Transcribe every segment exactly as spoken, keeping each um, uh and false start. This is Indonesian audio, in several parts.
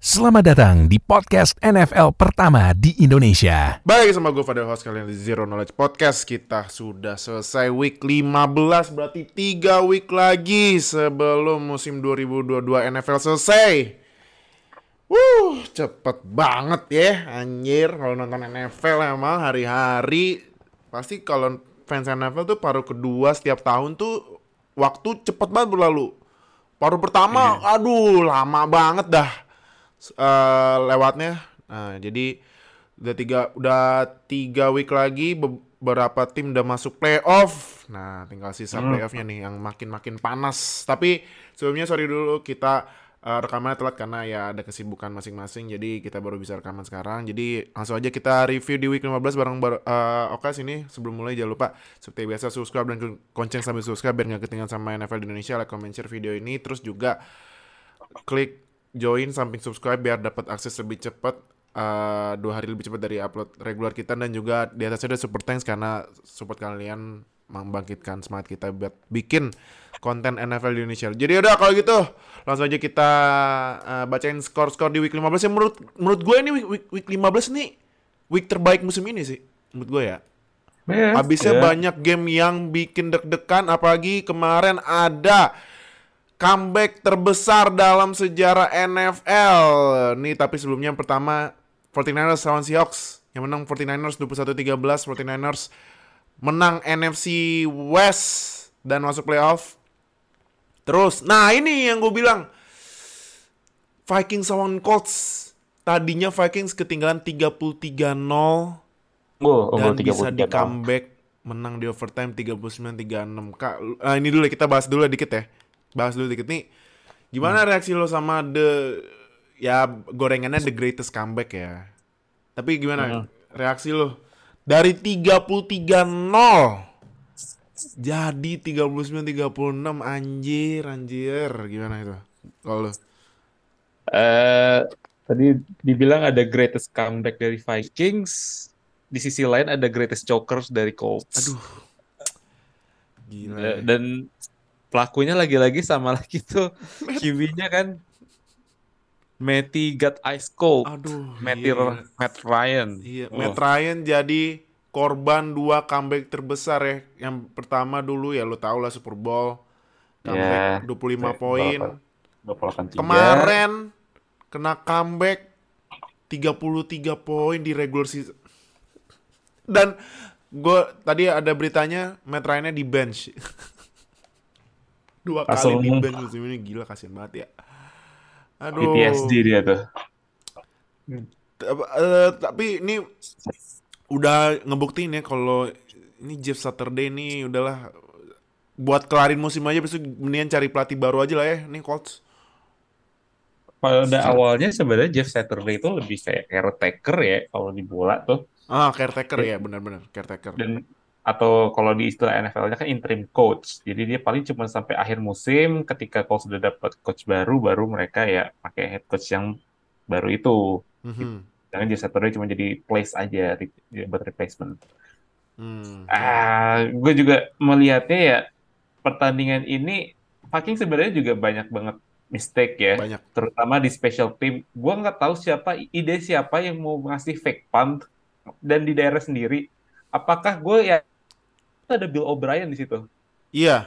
Selamat datang di podcast N F L pertama di Indonesia. Baik, sama gue Fadel host kalian di Zero Knowledge Podcast. Kita sudah selesai week lima belas, berarti tiga week lagi sebelum musim dua ribu dua puluh dua N F L selesai. Wuh, cepet banget ya, anjir. Kalau nonton N F L emang hari-hari. Pasti kalau fans N F L tuh paruh kedua setiap tahun tuh waktu cepet banget berlalu. Paruh pertama, Iya. aduh lama banget dah uh, lewatnya. Nah, jadi udah tiga udah tiga week lagi, beberapa tim udah masuk playoff. Nah, tinggal sisa Hmm. playoffnya nih yang makin-makin panas. Tapi sebelumnya sorry dulu kita uh, rekamannya telat karena ya ada kesibukan masing-masing. Jadi kita baru bisa rekaman sekarang. Jadi langsung aja kita review di week lima belas bareng bar- uh, Oka sini. Sebelum mulai jangan lupa seperti biasa subscribe dan lonceng sambil subscribe biar gak ketinggalan sama N F L di Indonesia. Like, comment, share video ini. Terus juga klik join samping subscribe biar dapat akses lebih cepat, uh, dua hari lebih cepat dari upload regular kita. Dan juga di atasnya ada super thanks karena support kalian membangkitkan semangat kita buat bikin konten N F L di Indonesia. Jadi udah kalau gitu langsung aja kita uh, bacain skor-skor di week lima belas. Yang menurut menurut gue ini week, week, week lima belas nih week terbaik musim ini sih menurut gue ya. Yes, Habisnya ya. banyak game yang bikin deg-degan, apalagi kemarin ada comeback terbesar dalam sejarah N F L. Nih tapi sebelumnya yang pertama forty-niners lawan Seahawks. Yang menang forty-niners dua puluh satu tiga belas. forty-niners menang N F C West dan masuk playoff. Terus, nah ini yang gue bilang, Vikings lawan Colts. Tadinya Vikings ketinggalan tiga puluh tiga nol Oh, dan unggul tiga bisa puluh di tiga nol. comeback menang di overtime tiga puluh sembilan tiga puluh enam. Kak, ah, ini dulu ya, kita bahas dulu dikit ya. Bahas dulu dikit nih. Gimana reaksi lo sama the ya gorengannya the greatest comeback ya. Tapi gimana Hmm. reaksi lo dari tiga puluh tiga nol jadi tiga puluh sembilan tiga puluh enam, anjir anjir. Gimana itu kalau lo? Eh, tadi dibilang ada greatest comeback dari Vikings, di sisi lain ada greatest chokers dari Colts. Aduh. Gila. Eh, Ya. dan pelakunya lagi-lagi sama lagi tuh Q B-nya kan Matty got ice cold. Aduh, Matty iya, iya. Matt Ryan. Iya, Oh. Matt Ryan jadi korban dua comeback terbesar ya. Yang pertama dulu ya lo tau lah Super Bowl. Comeback Ya, dua puluh lima dua poin. puluh delapan tiga. Kemarin kena comeback tiga puluh tiga poin di regular season. Dan gue tadi ada beritanya Matt Ryan-nya di bench. Dua Langsung kali di bench musim ini, gila kasihan banget ya. Aduh. P T S D dia tuh. T- eh, tapi ini udah ngebuktiin ya kalau ini Jeff Saturday nih udahlah buat kelarin musim aja, besok mendingan cari pelatih baru aja lah ya nih Colts. Pada awalnya sebenarnya Jeff Saturday itu lebih kayak caretaker ya kalau di bola tuh. Ah, caretaker ya, Ya, benar-benar caretaker. dan atau kalau di istilah N F L-nya kan interim coach. Jadi dia paling cuma sampai akhir musim, ketika kalau sudah dapat coach baru, baru mereka ya pakai head coach yang baru itu. Mhm. Jangan Jeff Saturday cuma jadi place aja re- buat replacement. Hmm, ya. Ah, gue juga melihatnya ya pertandingan ini Vikings sebenarnya juga banyak banget mistake ya, Banyak. terutama di special team. Gue nggak tahu siapa ide siapa yang mau ngasih fake punt dan di daerah sendiri. Apakah gue ya ada Bill O'Brien di situ. Iya.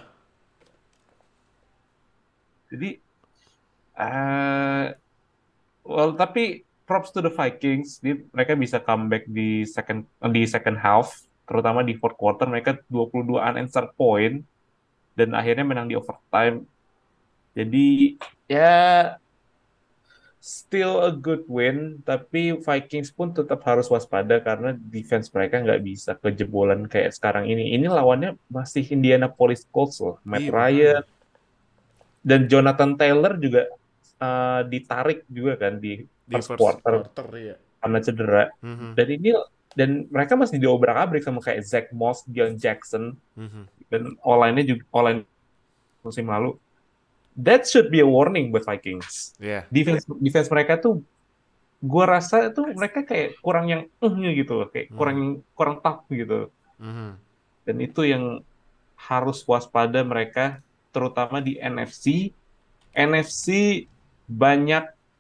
Jadi, eh well, tapi props to the Vikings, di, mereka bisa comeback di second di second half, terutama di fourth quarter mereka dua puluh dua unanswered point dan akhirnya menang di overtime. Jadi ya still a good win, tapi Vikings pun tetap harus waspada karena defense mereka nggak bisa kejebolan kayak sekarang ini. Ini lawannya masih Indianapolis Colts loh, Matt Iya, Ryan makanya. dan Jonathan Taylor juga uh, ditarik juga kan di Di first first quarter quarter ya. karena cedera. Mhm. Dan ini dan mereka masih diobrak-abrik sama kayak Zach Moss, Dion Jackson Mhm. dan online-nya juga online musim lalu. That should be a warning buat Vikings. Iya. Defense defense mereka tuh gua rasa tuh mereka kayak kurang yang eh gitu loh, kayak kurang kurang tough gitu. Mhm. Dan itu yang harus waspada mereka terutama di N F C. N F C banyak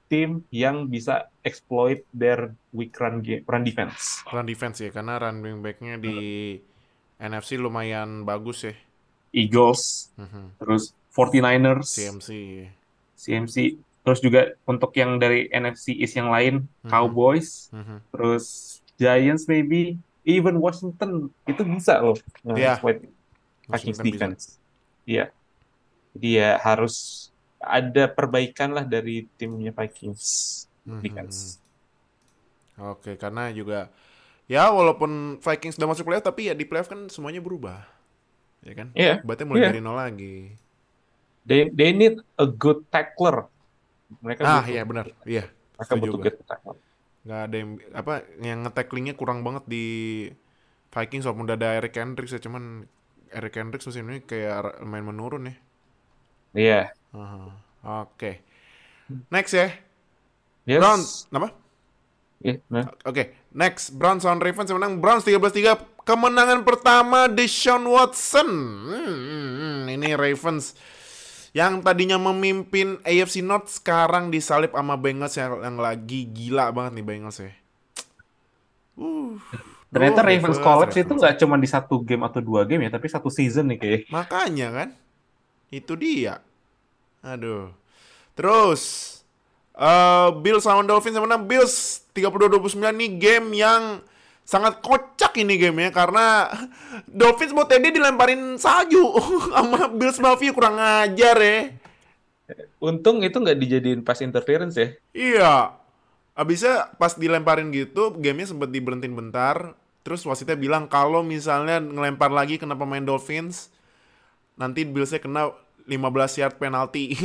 tim yang bisa exploit their weak run game, run defense. Run defense ya, karena running back-nya di N F C lumayan bagus ya. Eagles, Mhm. terus 49ers, C M C. C M C, terus juga untuk yang dari N F C East yang lain, Mhm. Cowboys, Mhm. terus Giants maybe, even Washington itu bisa loh Iya, exploit Vikings Washington bisa. defense. Iya, jadi ya harus ada perbaikan lah dari timnya Vikings Mhm. defense. Oke, karena juga ya walaupun Vikings udah masuk playoff tapi ya di playoff kan semuanya berubah. Ya kan? Iya, Berarti mulai iya. dari nol lagi. They they need a good tackler. Mereka Ah, butuh iya benar. Iya, mereka setuju butuh gua. good tackler. Nggak ada yang apa yang nge-tacklingnya kurang banget di Vikings walaupun udah ada Eric Kendricks ya, cuman Eric Kendricks musim ini kayak main menurun ya. Iya. Aha. Oke. Next ya. Browns, Yes. apa? Iya, nah. Oke, next Browns lawan Ravens yang menang Browns tiga belas tiga. Kemenangan pertama Deshaun Watson. Hmm, hmm, hmm. Ini Ravens yang tadinya memimpin A F C North sekarang disalip sama Bengals yang, yang lagi gila banget nih Bengals ya. Uh, Ternyata duh, Ravens Ravens, collapse itu Ravens. nggak cuma di satu game atau dua game ya, tapi satu season nih kayak. Makanya kan, itu dia. Aduh. Terus eh Bills lawan Dolphins yang menang Bills tiga puluh dua dua puluh sembilan nih game yang sangat kocak ini gamenya karena Dolphins mau T D dilemparin salju sama Bills Mafia kurang ajar ya. Untung itu nggak dijadiin pass interference ya. Iya. Abisnya pas dilemparin gitu, gamenya sempat diberhentiin bentar. Terus wasitnya bilang kalau misalnya ngelempar lagi kena pemain Dolphins, nanti Billsnya kena lima belas yard penalti.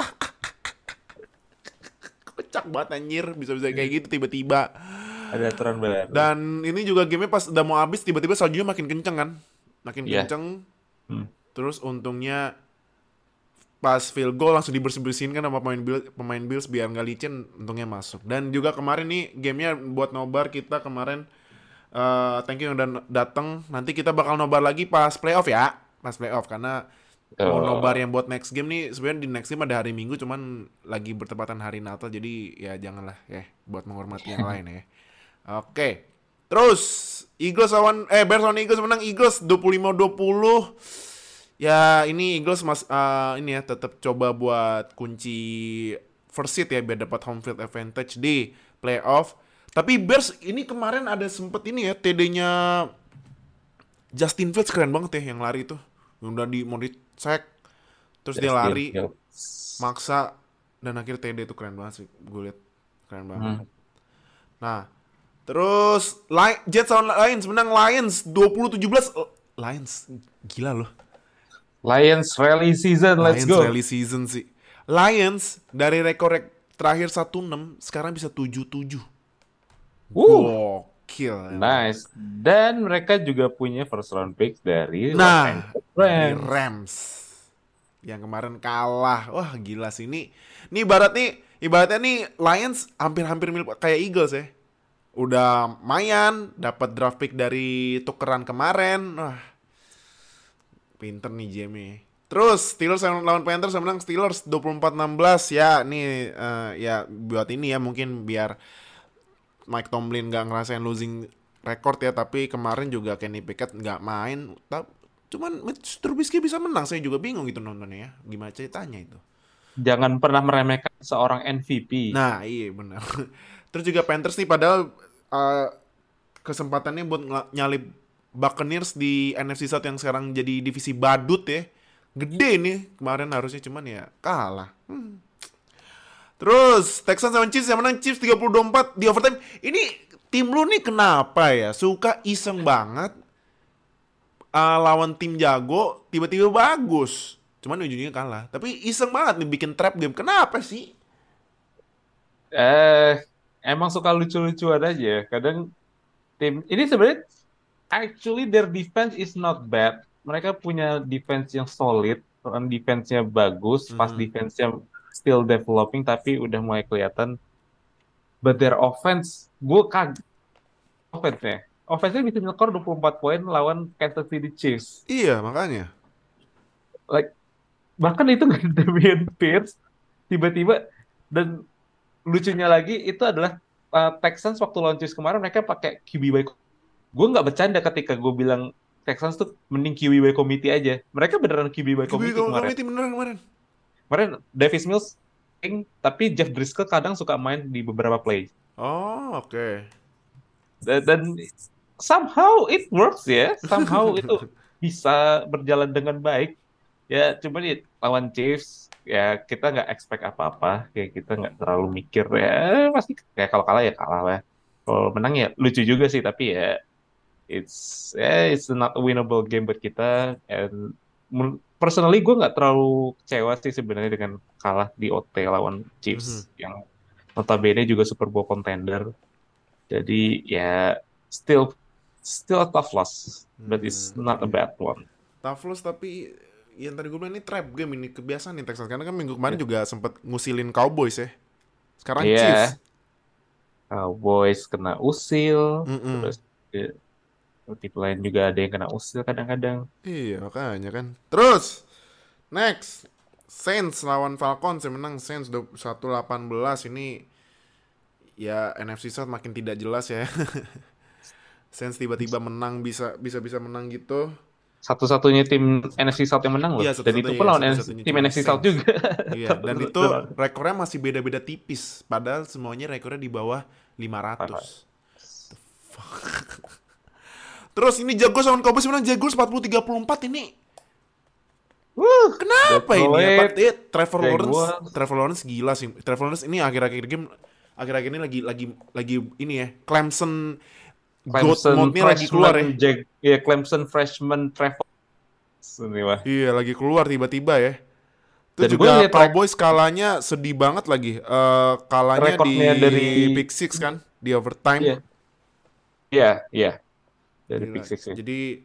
Kocak banget anjir, bisa-bisa kayak gitu tiba-tiba. Ada aturan baru. Dan ini juga gamenya pas udah mau habis, tiba-tiba saljunya makin kenceng kan. Makin Iya. kenceng. Hmm. Terus untungnya pas field goal langsung dibersih-bersihin kan sama pemain Bills, pemain Bills biar nggak licin, untungnya masuk. Dan juga kemarin nih gamenya buat nobar kita kemarin, eh thank you yang udah dateng. Nanti kita bakal nobar lagi pas playoff ya, pas playoff karena mau nobar yang buat next game nih sebenarnya di next game ada hari Minggu cuman lagi bertepatan hari Natal jadi ya janganlah ya buat menghormati yang lain ya. Oke. Terus Eagles lawan eh Bears lawan Eagles menang Eagles dua puluh lima dua puluh. Ya ini Eagles mas uh, ini ya tetap coba buat kunci first seed ya biar dapat home field advantage di playoff. Tapi Bears ini kemarin ada sempet ini ya T D-nya Justin Fields keren banget ya yang lari itu. Yang udah di mau dicek terus dia lari maksa dan akhir T D itu keren banget sih gue liat keren banget. Hmm. Nah terus Li- Jets lawan Lions menang Lions dua puluh tujuh belas. Lions gila loh. Lions rally season, let's Lions go. rally season sih. Lions dari rekor rek- terakhir satu enam sekarang bisa tujuh tujuh. Wuh, Gokil. nice. Dan mereka juga punya first round pick dari Los Nah, Angeles dari Rams. Rams. Yang kemarin kalah. Wah, gila sih ini. Ini ibarat nih, ibaratnya nih Lions hampir-hampir mirip kayak Eagles ya. Udah mayan, dapat draft pick dari tukeran kemarin. Wah. Pinter nih Jamie. Terus Steelers lawan Panthers menang Steelers dua puluh empat enam belas ya. Nih uh, ya buat ini ya mungkin biar Mike Tomlin nggak ngerasain losing record ya, tapi kemarin juga Kenny Pickett nggak main. Cuman Mitch Trubisky bisa menang, saya juga bingung gitu nontonnya ya. Gimana ceritanya itu? Jangan pernah meremehkan seorang M V P. Nah iya benar. Terus juga Panthers nih padahal uh, kesempatannya buat nyalip Buccaneers di N F C South yang sekarang jadi divisi badut ya. Gede nih kemarin harusnya cuman ya kalah. Hmm. Terus Texans sama Chiefs yang menang Chiefs tiga puluh dua empat di overtime. Ini tim lu nih kenapa ya? Suka iseng banget. Uh, lawan tim jago tiba-tiba bagus. Cuman ujungnya kalah. Tapi iseng banget nih bikin trap game. Kenapa sih? Eh, emang suka lucu-lucuan aja. Kadang tim ini sebenarnya actually their defense is not bad. Mereka punya defense yang solid, run defense-nya bagus, pass Mhm. defense-nya still developing tapi udah mulai kelihatan. But their offense, gue kaget offense-nya. Offense-nya bisa nyekor dua puluh empat poin lawan Kansas City Chiefs. Iya, makanya. Like bahkan itu nggak ada Damian Pierce tiba-tiba dan lucunya lagi itu adalah uh, Texans waktu lawan Chiefs kemarin mereka pakai Q B by. Gue nggak bercanda ketika gue bilang Texans tuh mending Q B by committee aja. Mereka beneran Q B by Q B committee kemarin. committee beneran kemarin. Kemarin Davis Mills, tapi Jeff Driscoll kadang suka main di beberapa play. Oh, oke. Okay. Dan, dan somehow it works ya. Somehow itu bisa berjalan dengan baik. Ya, cuma nih lawan Chiefs, ya kita nggak expect apa-apa. Kayak kita nggak terlalu mikir ya. Pasti kayak kalau kalah ya kalah lah. Kalau menang ya lucu juga sih, tapi ya it's yeah, it's not a winnable game buat kita. And personally gue nggak terlalu kecewa sih sebenarnya dengan kalah di O T lawan Chiefs Mm-hmm. yang notabene juga Super Bowl contender. Jadi ya still still a tough loss, but it's Hmm, not a okay. bad one. Tough loss tapi yang tadi gue bilang ini trap game, ini kebiasaan nih Texans karena kan minggu kemarin yeah. juga sempet ngusilin Cowboys ya. Sekarang yeah. Chiefs. Cowboys kena usil, Mm-mm. terus ya, tim lain juga ada yang kena usil kadang-kadang. Iya makanya kan. Terus next Saints lawan Falcons yang menang Saints dua puluh satu delapan belas. Ini ya N F C South makin tidak jelas ya. Saints tiba-tiba menang, bisa bisa bisa menang gitu. Satu-satunya tim N F C South yang menang loh. Iya, dan itu pun lawan tim N F C South juga. Iya, dan itu rekornya masih beda-beda tipis. Padahal semuanya rekornya di bawah lima ratus. Terus ini Jaguars lawan Cowboys menang Jaguars empat puluh tiga puluh empat ini. Wuh, kenapa ini? Apa, eh, Trevor Jaguars. Lawrence, Trevor Lawrence gila sih. Trevor Lawrence ini akhir-akhir game akhir-akhir ini lagi lagi lagi ini ya. Clemson Clemson mode-nya lagi keluar ya. Jag, ya Clemson freshman Trevor. Iya, lagi keluar tiba-tiba ya. Itu dan juga Cowboys kalanya sedih banget lagi. Uh, kalanya di dari pick six kan, di overtime. Iya, iya. iya. Dari Gila. pick six ya. Jadi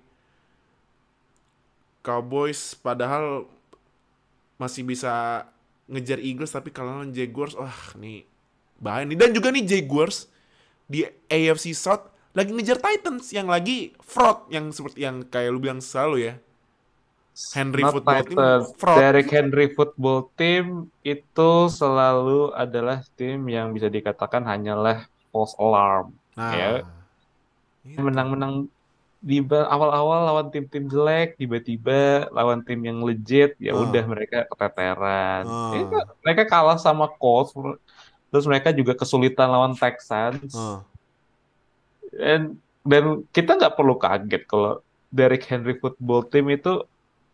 Cowboys padahal masih bisa ngejar Eagles, tapi kalau lawan Jaguars, wah nih bahaya nih. Dan juga nih Jaguars di A F C South lagi ngejar Titans yang lagi fraud, yang seperti yang kayak lu bilang selalu ya. Henry Not Football Titans. Team fraud. Derek Henry Football Team itu selalu adalah tim yang bisa dikatakan hanyalah false alarm. Nah, ya. Gitu. Menang-menang di awal-awal lawan tim-tim jelek, tiba-tiba lawan tim yang legit, ya udah uh. mereka keteteran. Uh. Ya, mereka kalah sama Colts, terus mereka juga kesulitan lawan Texans. Uh. Dan dan kita nggak perlu kaget kalau Derrick Henry Football Team itu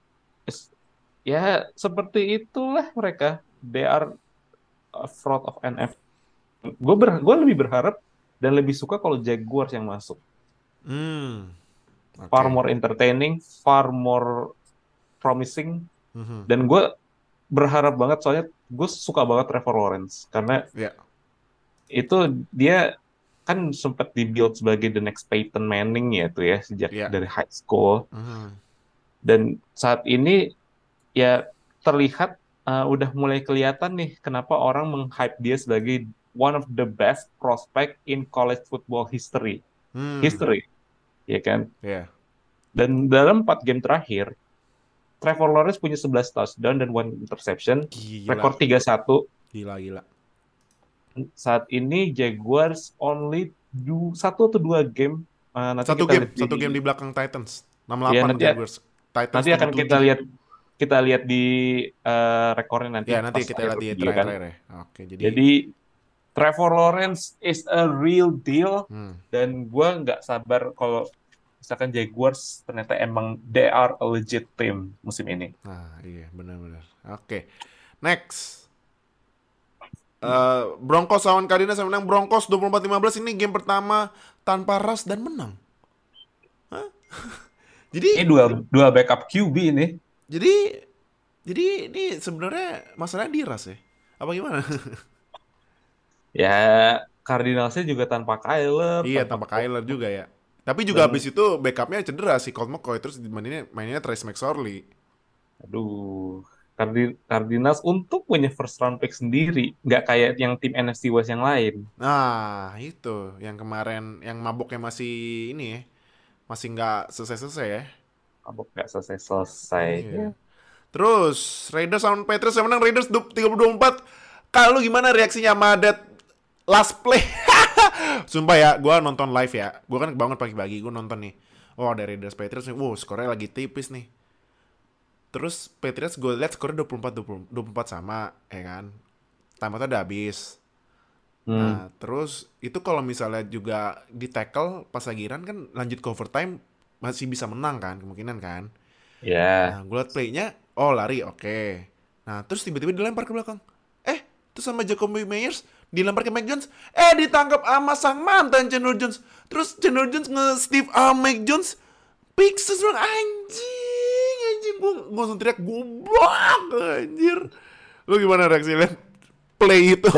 ya seperti itulah mereka. They are a fraud of N F L. Gue ber, gue lebih berharap dan lebih suka kalau Jaguars yang masuk. Hmm. Okay. Far more entertaining, far more promising. Mm-hmm. Dan gue berharap banget soalnya gue suka banget Trevor Lawrence karena yeah. itu dia kan sempat dibuild sebagai the next Peyton Manning ya tuh ya sejak yeah. dari high school. Mm-hmm. Dan saat ini ya terlihat uh, udah mulai kelihatan nih kenapa orang meng-hype dia sebagai one of the best prospect in college football history. Hmm. History. Ya kan? Yeah. Dan dalam empat game terakhir, Trevor Lawrence punya sebelas touchdown dan one interception. Gila. Rekor tiga satu. Gila, gila. Saat ini Jaguars only do, satu atau dua game. Uh, nanti satu kita game, di, satu game di belakang Titans. enam delapan ya, nanti, Jaguars. Titans nanti akan kita lihat kita lihat di uh, rekornya nanti. Ya, nanti kita lihat di terakhir-terakhir ya. Oke, jadi Jadi Trevor Lawrence is a real deal. Hmm. Dan gue nggak sabar kalau misalkan Jaguars ternyata emang they are a legit team musim ini. Nah, iya benar-benar. Oke, next. Uh, Broncos lawan Cardinals yang menang. Broncos dua puluh empat lima belas ini game pertama tanpa Russ dan menang. Hah? Jadi ini dua dua backup Q B ini. Jadi jadi ini sebenarnya masalahnya di Russ ya. Apa gimana? Ya, Cardinals-nya juga tanpa Kyler. Iya, tanpa, tanpa Kyler juga ya. Tapi juga dan, abis itu backupnya cedera si Colt McCoy, terus mainnya mainnya Trace McSorley. Aduh, Cardinals untuk punya first round pick sendiri, nggak kayak yang tim N F C West yang lain. Nah, itu yang kemarin yang maboknya masih ini ya, masih nggak selesai-selesai ya. Mabok nggak selesai-selesai. Iya. Terus Raiders lawan Patriots yang menang Raiders tiga puluh dua empat. Kalau gimana reaksinya sama that last play. Sumpah ya, gue nonton live ya. Gue kan bangun pagi-pagi, gue nonton nih. Oh, dari Raiders Patriots nih. Wow, skornya lagi tipis nih. Terus Patriots gue liat skornya dua puluh empat dua puluh empat sama, ya kan. Time-nya udah habis. Hmm. Nah, terus itu kalau misalnya juga di tackle pas lagi run kan lanjut ke overtime masih bisa menang kan, kemungkinan kan. Ya. Yeah. Nah, gue liat play-nya, oh lari, oke. Okay. Nah, terus tiba-tiba dilempar ke belakang. Eh, terus sama Jacoby Myers dilempar ke Mac Jones. Eh, ditangkap sama sang mantan Chandler Jones. Terus Chandler Jones nge-Steve uh, Mac Jones. Pixels bang, anjing, anjing. Gue langsung teriak, goblok, anjir. Lu gimana reaksi liat play itu?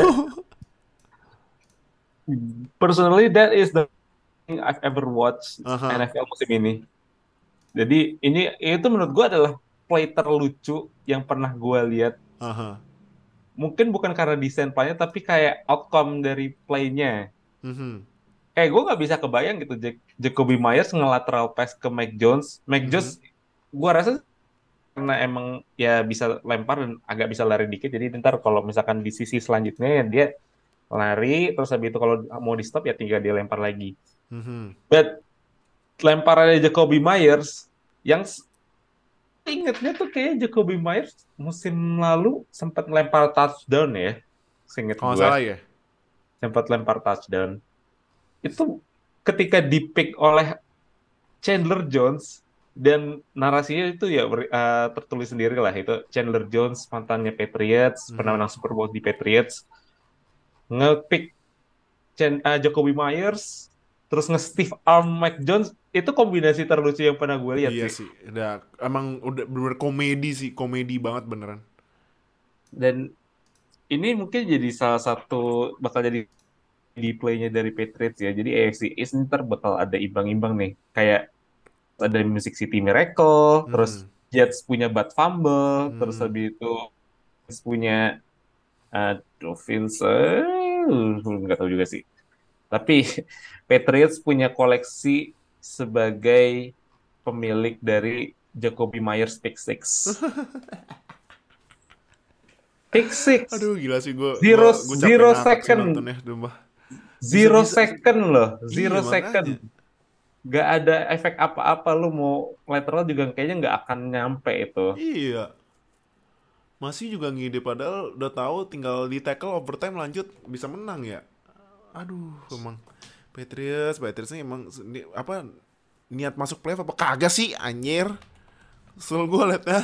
Personally, that is the thing I've ever watched uh-huh. N F L musim ini. Jadi ini itu menurut gue adalah play terlucu yang pernah gue lihat. Uh-huh. Mungkin bukan karena desain playnya, tapi kayak outcome dari playnya. Mm-hmm. Kayak gue nggak bisa kebayang gitu, Jac- Jacoby Myers ngelateral pass ke Mac Jones. Mac Mm-hmm. Jones, gue rasa karena emang ya bisa lempar dan agak bisa lari dikit. Jadi ntar kalau misalkan di sisi selanjutnya dia lari, terus habis itu kalau mau di stop ya tinggal dia lempar lagi. Mm-hmm. But lemparannya Jacoby Myers yang ingetnya tuh kayak Jacoby Myers musim lalu sempat lempar touchdown ya, seinget Kalau gue salah ya. sempat lempar touchdown. Itu ketika dipick oleh Chandler Jones dan narasinya itu ya uh, tertulis sendiri lah, itu Chandler Jones mantannya Patriots, mm-hmm. pernah menang Super Bowl di Patriots, nge-pick Chen, uh, Jacoby Myers, terus nge-Steve Arm Mac Jones, itu kombinasi terlucu yang pernah gue lihat. Iya sih. sih, udah emang udah bener komedi sih, komedi banget beneran. Dan ini mungkin jadi salah satu bakal jadi di play-nya dari Patriots ya. Jadi A F C East ntar bakal ada imbang-imbang nih. Kayak ada Music City Miracle, hmm. terus Jets punya Bad Fumble, hmm. terus habis itu Jets punya uh, Dolphins, uh, nggak tahu juga sih. Tapi Patriots punya koleksi sebagai pemilik dari Jacoby Myers pick six. Pick six. Aduh gila sih gue. Zero, gua, gua zero second. Nontonnya, zero bisa, second bisa. loh. Zero iya, second. Makanya. Gak ada efek apa-apa. Lu mau lateral juga kayaknya gak akan nyampe itu. Iya. Masih juga ngide padahal udah tahu tinggal di tackle overtime lanjut bisa menang ya. Aduh emang. Patriots, Patriots ini emang ni, apa niat masuk playoff apa kagak sih anjir. Soal gue liatnya.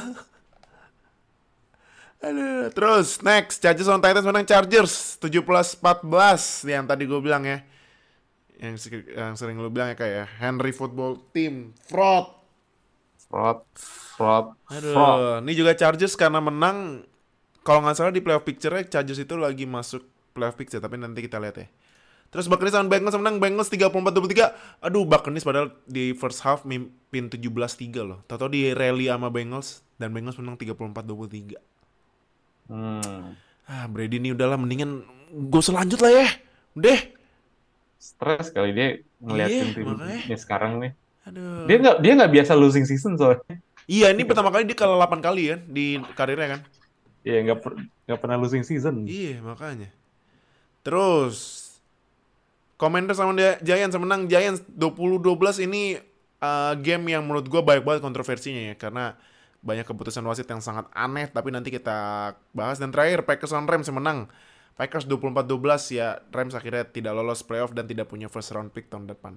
Aduh, terus next Chargers on Titans menang Chargers tujuh belas empat belas yang tadi gue bilang ya. Yang, yang sering lu bilang ya kayak Henry Football Team fraud. Fraud, fraud, Aduh, fraud. Ini juga Chargers karena menang. Kalau nggak salah di playoff picture-nya Chargers itu lagi masuk playoff picture, tapi nanti kita lihat ya. Terus Buccaneers sama Bengals menang, Bengals tiga puluh empat dua puluh tiga. Aduh, Buccaneers padahal di first half mimpin tujuh belas tiga loh. Tahu-tahu di rally sama Bengals dan Bengals menang tiga puluh empat dua puluh tiga. Hmm. Ah, Brady ini udahlah mendingan gue selanjut lah ya. Udah. Stres kali dia ngeliatin yeah, timnya sekarang nih. Aduh. Dia nggak dia nggak biasa losing season soalnya. Iya, ini pertama kali dia kalah delapan kali kan di karirnya kan. Iya, nggak per, nggak pernah losing season. Iya, makanya. Terus Commanders sama Giants menang Giants dua puluh dua belas. Ini uh, game yang menurut gue banyak banget kontroversinya ya, karena banyak keputusan wasit yang sangat aneh, tapi nanti kita bahas. Dan terakhir Packers on Rams menang Packers dua puluh empat dua belas ya. Rams akhirnya tidak lolos playoff dan tidak punya first round pick tahun depan.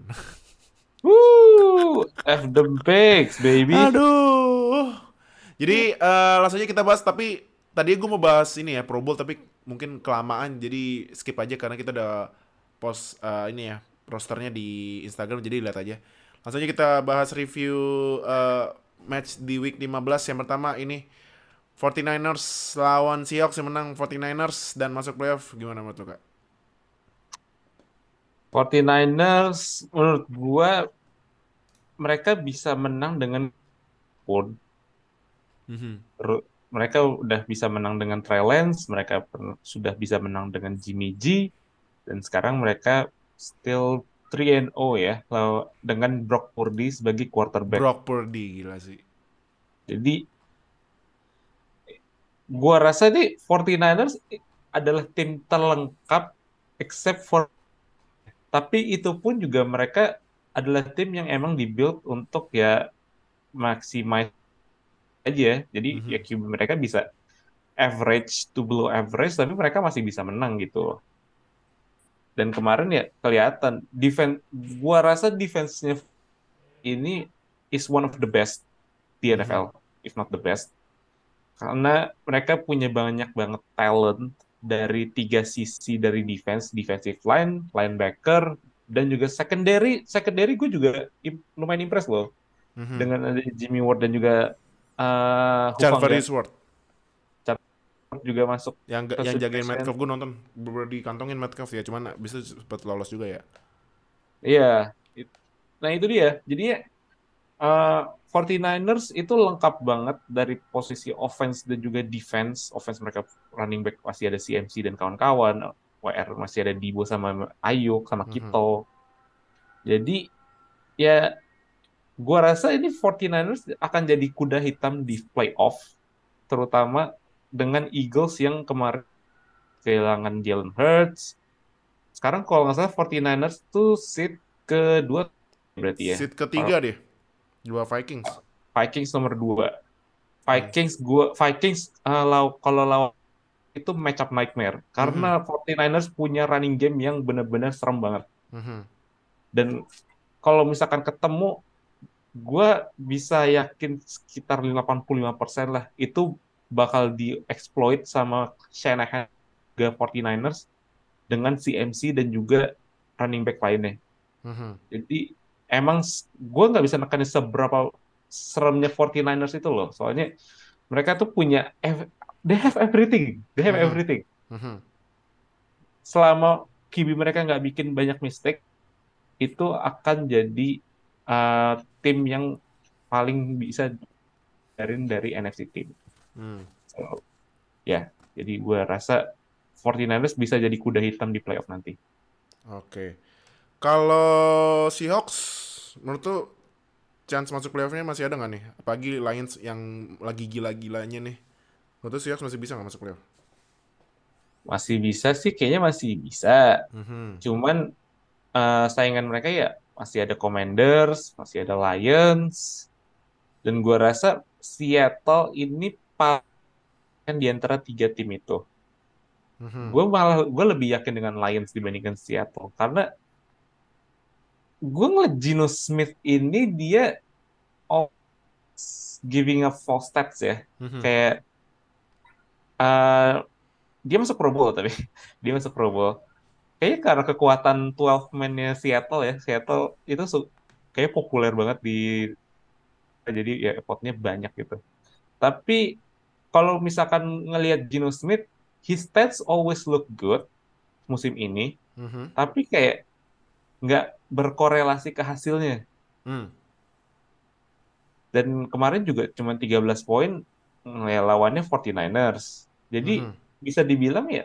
Woo, F the picks baby. Aduh. Jadi uh, langsung aja kita bahas, tapi tadi gue mau bahas ini ya Pro Bowl, tapi mungkin kelamaan, jadi skip aja karena kita udah post uh, ini ya rosternya di Instagram, jadi lihat aja. Langsung aja kita bahas review uh, match di week lima belas. Yang pertama ini forty-niners lawan Seahawks yang menang forty-niners dan masuk playoff. Gimana menurut lo, Kak? forty-niners menurut gua mereka bisa menang dengan pun. Mm-hmm. Mereka udah bisa menang dengan Trey Lance, mereka per- sudah bisa menang dengan Jimmy G. Dan sekarang mereka still three and oh ya, dengan Brock Purdy sebagai quarterback. Brock Purdy gila sih. Jadi gua rasa nih forty-niners adalah tim terlengkap except for, tapi itu pun juga mereka adalah tim yang emang dibuild untuk ya maximize aja. Jadi ya Mhm. Q B mereka bisa average to below average, tapi mereka masih bisa menang gitu. Dan kemarin ya kelihatan defense, gua rasa defense-nya ini is one of the best di Mhm. N F L, if not the best. Karena mereka punya banyak banget talent dari tiga sisi dari defense, defensive line, linebacker, dan juga secondary. Secondary gue juga im- lumayan impress loh Mhm. dengan ada Jimmy Ward dan juga uh, Hufanga. Charvarius Ward Charles juga masuk yang yang jagain consideration. Metcalf, gue nonton bener dikantongin Metcalf ya, cuman bisa sempat lolos juga ya. Iya, It- nah itu dia. Jadi uh, empat puluh sembilan ers itu lengkap banget dari posisi offense dan juga defense. Offense mereka running back masih ada C M C dan kawan-kawan. W R masih ada Debo sama Ayuk sama Mhm. Kittle. Jadi ya gua rasa ini empat puluh sembilan ers akan jadi kuda hitam di playoff, terutama dengan Eagles yang kemarin kehilangan Jalen Hurts. Sekarang kalau nggak salah empat puluh sembilan ers tuh seat kedua berarti ya. Seat Kalau ketiga deh, dua Vikings. Vikings nomor dua. Hmm. Vikings gua Vikings uh, law, kalau lawan itu match up nightmare karena Mhm. empat puluh sembilan ers punya running game yang benar-benar serem banget. Mhm. Dan kalau misalkan ketemu, gue bisa yakin sekitar delapan puluh lima persen lah itu bakal dieksploit sama Shanahan ke empat puluh sembilan ers dengan C M C dan juga running back lainnya. Mhm. Jadi emang gue nggak bisa nekanin seberapa seremnya empat puluh sembilan ers itu loh. Soalnya mereka tuh punya ev- they have everything, they have Mhm. everything. Mhm. Selama Q B mereka nggak bikin banyak mistake, itu akan jadi uh, tim yang paling bisa dari dari N F C team. Hmm. So, ya, jadi gue rasa empat puluh sembilan ers bisa jadi kuda hitam di playoff nanti. Oke. Kalau Seahawks menurut tuh chance masuk playoffnya masih ada nggak nih? Apalagi Lions yang lagi gila-gilanya nih. Menurut tuh Seahawks masih bisa nggak masuk playoff? Masih bisa sih, kayaknya masih bisa. Mhm. Cuman uh, saingan mereka ya masih ada Commanders, masih ada Lions, dan gue rasa Seattle ini paling di antara tiga tim itu. Mhm. Gue malah gue lebih yakin dengan Lions dibandingkan Seattle karena gue ngeliat Geno Smith ini dia always giving a false stats ya. Mhm. Kayak uh, dia masuk Pro Bowl tapi dia masuk Pro Bowl. Kayaknya karena kekuatan twelve man-nya Seattle ya. Seattle itu su- kayak populer banget di, jadi ya effortnya banyak gitu. Tapi kalau misalkan ngelihat Geno Smith, his stats always look good musim ini, Mhm. tapi kayak nggak berkorelasi ke hasilnya. Hmm. Dan kemarin juga cuma tiga belas poin, ya lawannya empat puluh sembilan ers. Jadi Mhm. bisa dibilang ya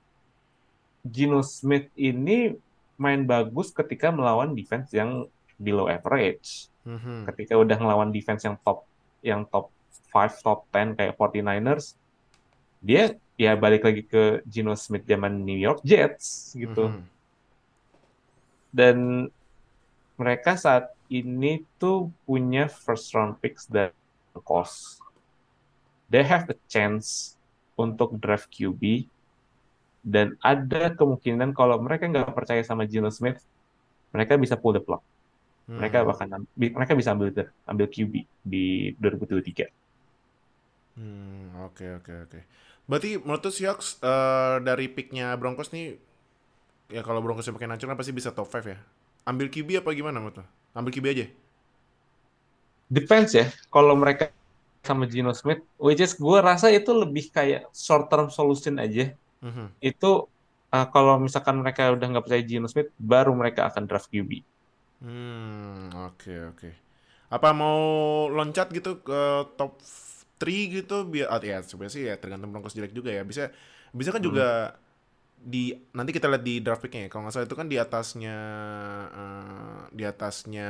Geno Smith ini main bagus ketika melawan defense yang below average. Mhm. Ketika udah ngelawan defense yang top yang top lima, top sepuluh kayak empat puluh sembilan ers, dia ya balik lagi ke Geno Smith zaman New York Jets gitu. Mhm. Dan mereka saat ini tuh punya first round picks dan cost. They have a chance untuk draft Q B, dan ada kemungkinan kalau mereka nggak percaya sama Geno Smith, mereka bisa pull the plug. Mereka Hmm. bahkan mereka bisa ambil ambil Q B di dua ribu dua puluh tiga. Hmm. Oke, oke, oke. Berarti menurut tuh Seahawks eh, dari picknya Broncos nih, ya kalau Broncos yang pakai Nacho kan pasti bisa top lima ya. Ambil Q B apa gimana menurut lo? Ambil Q B aja. Defense ya, kalau mereka sama Geno Smith, which is gue rasa itu lebih kayak short term solution aja. Mhm. Itu uh, kalau misalkan mereka udah nggak percaya Geno Smith, baru mereka akan draft Q B. Hmm, oke, oke. Apa mau loncat gitu ke top tiga gitu biar ah, ya sebenarnya sih ya tergantung Broncos jelek juga ya. Bisa bisa kan Hmm. juga di nanti kita lihat di draft picknya ya. Kalau nggak salah itu kan di atasnya eh, di atasnya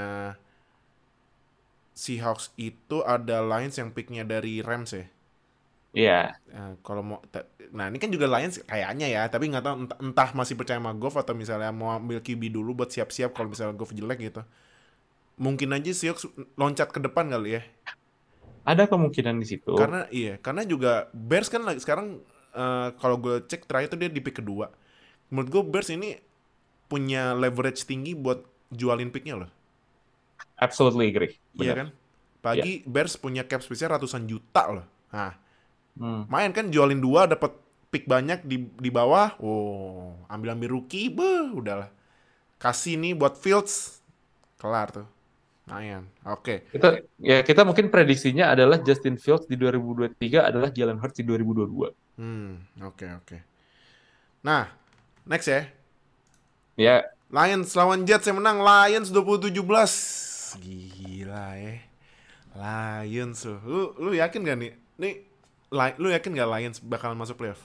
Seahawks itu ada Lions yang picknya dari Rams ya. Iya, Eh, kalau mau ta- nah ini kan juga Lions kayaknya ya, tapi nggak tahu entah, entah masih percaya sama Goff atau misalnya mau ambil Q B dulu buat siap-siap kalau misalnya Goff jelek gitu. Mungkin aja Seahawks loncat ke depan kali ya. Ada kemungkinan di situ. Karena iya, karena juga Bears kan lagi sekarang eh, kalau gue cek terakhir tuh dia di pick kedua. Menurut gue Bears ini punya leverage tinggi buat jualin picknya loh. Absolutely agree. Iya Benar. kan? Ya. Pagi Bears punya cap space-nya ratusan juta loh. Nah, Hmm. main kan jualin dua dapat pick banyak di di bawah. Oh, ambil-ambil rookie, beuh, udahlah. Kasih nih buat Fields. Kelar tuh. Lumayan. Oke. Kita ya kita mungkin prediksinya adalah Justin Fields di dua ribu dua puluh tiga adalah Jalen Hurts di dua ribu dua puluh dua. Hmm, oke oke. Nah, next ya. Ya, Lions lawan Jets yang menang Lions dua puluh tujuh belas. Gila ya. Lions tuh. Lu lu yakin gak nih? Nih li- lu yakin gak Lions bakalan masuk playoff?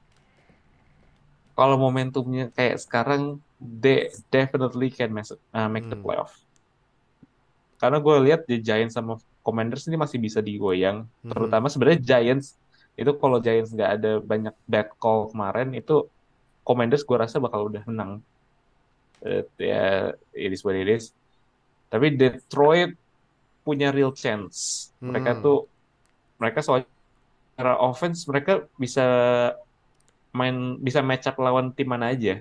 kalau momentumnya kayak sekarang, they definitely can mas- uh, make the Hmm. playoff. Karena gue lihat di Giants sama Commanders ini masih bisa digoyang. Mhm. Terutama sebenarnya Giants itu kalau Giants nggak ada banyak bad call kemarin itu Commanders gue rasa bakal udah menang. Eh, ya, it is what it is. Tapi Detroit punya real chance. Mereka Hmm. tuh mereka soal secara offense mereka bisa main bisa match up lawan tim mana aja.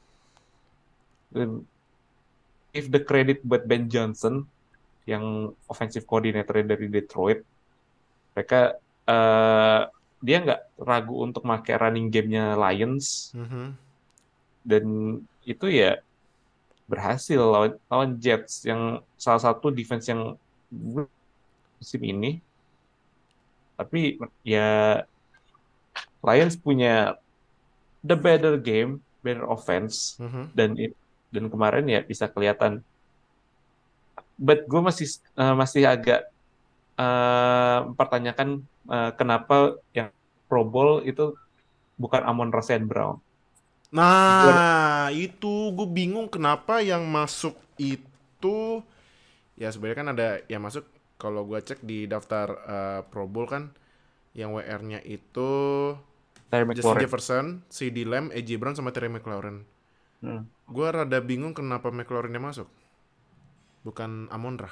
Dan if the credit buat Ben Johnson yang offensive coordinator dari Detroit, mereka eh, dia nggak ragu untuk pakai running game-nya Lions Mhm. dan itu ya berhasil lawan, lawan Jets yang salah satu defense yang musim ini. Tapi ya Lions punya the better game, better offense Mhm. dan it- dan kemarin ya bisa kelihatan. But gue masih eh, masih agak eh, mempertanyakan eh, kenapa yang Pro Bowl itu bukan Amon-Ra Saint Brown. Gue Nah, itu gue bingung kenapa yang masuk itu ya sebenarnya kan ada yang masuk kalau gue cek di daftar eh, Pro Bowl kan yang W R-nya itu Terry Justin McLaurin. Jefferson, C D Lamb, A J Brown sama Terry McLaurin. Hmm. Gue rada bingung kenapa McLaurin yang masuk, bukan Amon-Ra.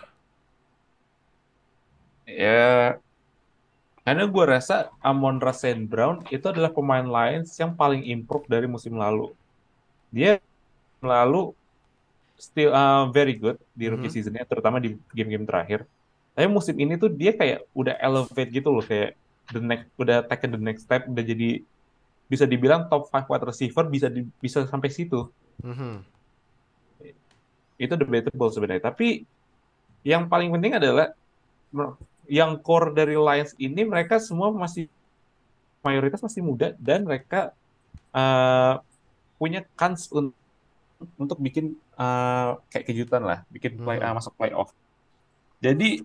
Ya, karena gue rasa Amon-Ra Saint Brown itu adalah pemain Lions yang paling improve dari musim lalu. Dia lalu still uh, very good di rookie Mhm. seasonnya, terutama di game-game terakhir. Tapi musim ini tuh dia kayak udah elevate gitu loh, kayak the next udah taken the next step, udah jadi bisa dibilang top five wide receiver bisa di, bisa sampai situ. Mhm. Itu debatable sebenarnya. Tapi yang paling penting adalah yang core dari Lions ini mereka semua masih mayoritas masih muda dan mereka uh, punya kans un- untuk bikin uh, kayak kejutan lah, bikin play uh, Mhm. masuk playoff. Jadi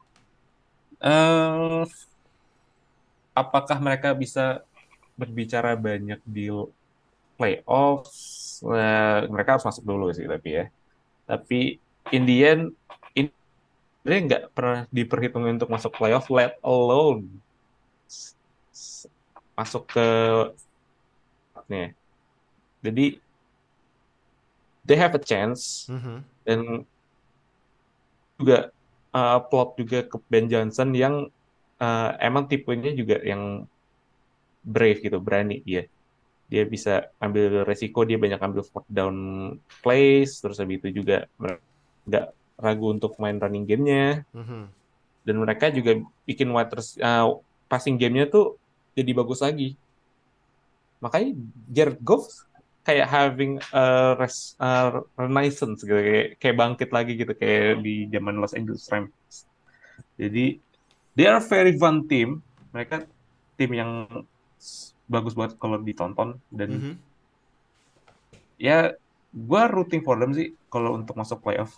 uh, apakah mereka bisa berbicara banyak di playoff? Uh, mereka harus masuk dulu sih tapi ya. Tapi in the end ini sebenarnya nggak pernah diperhitungkan untuk masuk playoff, let alone s- s- masuk ke nih. Jadi they have a chance Mhm. dan juga uh, plot juga ke Ben Johnson yang uh, emang tipenya juga yang brave gitu, berani dia. Dia bisa ambil resiko, dia banyak ambil fourth down plays, terus habis itu juga nggak ragu untuk main running game-nya. Mhm. Dan mereka juga bikin wide res- uh, passing game-nya tuh jadi bagus lagi. Makanya Jared Goff kayak having a, res, a renaissance gitu, kayak, kayak bangkit lagi gitu kayak di zaman Los Angeles Rams. Jadi they are very fun team. Mereka tim yang s- bagus banget kalau ditonton dan Mhm. ya gue rooting for them sih kalau untuk masuk playoff.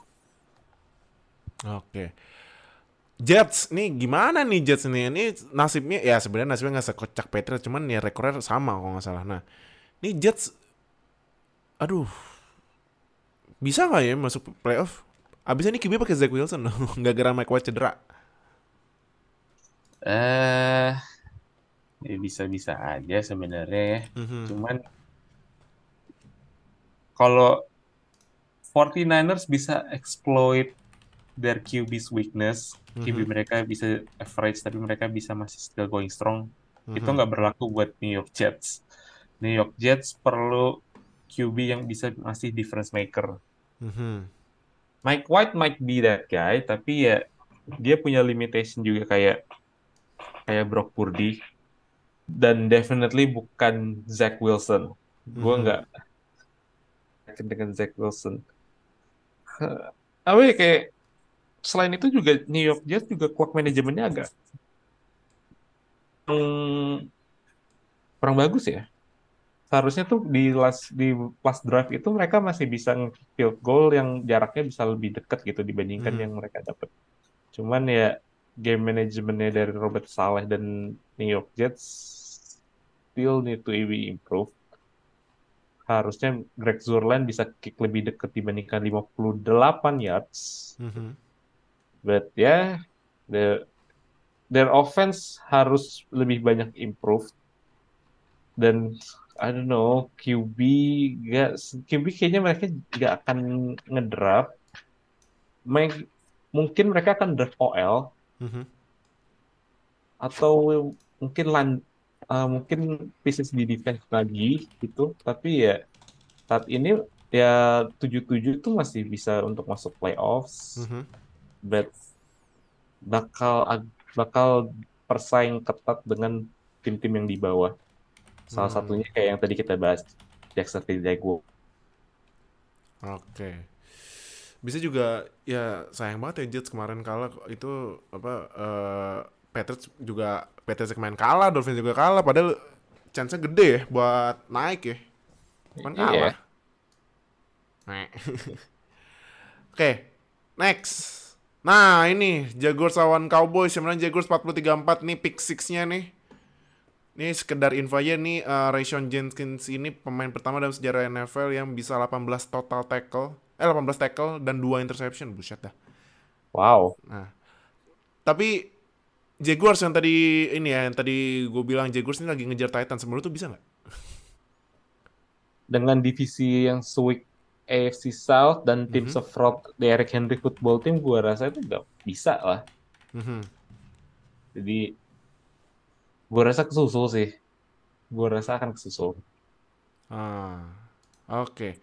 Oke. Jets nih gimana nih Jets nih? Ini nasibnya ya sebenarnya nasibnya nggak sekocak Patriots, cuman ya rekornya sama kalau nggak salah. Nah, ini Jets, aduh, bisa nggak ya masuk playoff? Abisnya ini Q B pakai Zach Wilson nggak gara Mike White cedera. Eh, Ya bisa-bisa aja sebenarnya ya. Mhm. Cuman kalau 49ers bisa exploit their Q B's weakness, Q B Mhm. mereka bisa average tapi mereka bisa masih still going strong. Itu Mhm. nggak berlaku buat New York Jets. New York Jets perlu Q B yang bisa masih difference maker. Mhm. Mike White might be that guy, tapi ya dia punya limitation juga kayak kayak Brock Purdy dan definitely bukan Zach Wilson. Gue Mhm. nggak yakin dengan Zach Wilson. Apa ya kayak selain itu juga New York Jets juga clock manajemennya agak hmm, kurang bagus ya. Seharusnya tuh di last di last drive itu mereka masih bisa field goal yang jaraknya bisa lebih dekat gitu dibandingkan Mhm. yang mereka dapat. Cuman ya game manajemennya dari Robert Saleh dan New York Jets still need to be improved. Harusnya Greg Zuerlein bisa kick lebih dekat dibandingkan lima puluh delapan yards. Mhm. But ya, yeah, the their offense harus lebih banyak improve dan I don't know Q B gak Q B kayaknya mereka gak akan ngedraft. Main- Mungkin mereka akan draft O L Mhm. atau mungkin lan uh, mungkin pieces di defense lagi gitu. Tapi ya saat ini ya tujuh tujuh tuh masih bisa untuk masuk playoffs. Mhm. But bakal bakal persaing ketat dengan tim-tim yang di bawah. Salah Hmm. satunya kayak yang tadi kita bahas, Jacksonville Jaguars. Oke. Bisa juga ya sayang banget ya Jets kemarin kalah itu apa eh Patriots juga Patriots kemarin kalah, Dolphins juga kalah padahal chance-nya gede ya buat naik ya. Cuman kalah. Iya, Nah. Oke, next. Nah, ini Jaguars lawan Cowboys. Sebenarnya Jaguars empat puluh tiga empat nih pick six-nya nih. Ini sekedar info aja nih, uh, Rayshon Jenkins ini pemain pertama dalam sejarah N F L yang bisa delapan belas total tackle, eh delapan belas tackle dan dua interception. Buset dah. wow. Nah, tapi Jaguars yang tadi ini ya, yang tadi gue bilang Jaguars ini lagi ngejar Titan. Sebelum itu bisa nggak? Dengan divisi yang seweak A F C South dan tim Mhm. sefront Derrick Henry Football Team, gua rasa itu nggak bisa lah. Mhm. Jadi, gua rasa kesusul sih. Gua rasa akan kesusul. Ah, oke.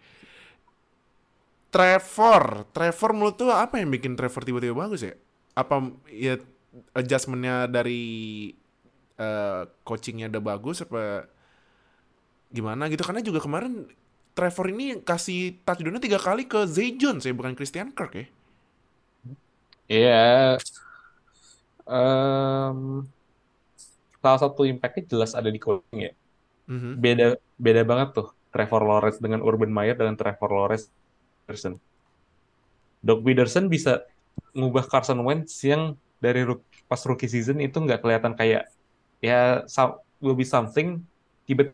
Trevor, Trevor menurut tuh apa yang bikin Trevor tiba-tiba bagus ya? Apa ya adjustmentnya dari eh, coachingnya udah bagus apa gimana gitu? Karena juga kemarin Trevor ini kasih touchdownnya tiga kali ke Zay Jones ya, bukan Christian Kirk ya? Iya, em, salah satu impact-nya jelas ada di coaching ya. Mhm. Beda beda banget tuh Trevor Lawrence dengan Urban Meyer dengan Trevor Lawrence Peterson. Doug Peterson bisa ngubah Carson Wentz yang dari rook- pas rookie season itu nggak kelihatan kayak ya some- will be something tiba-tiba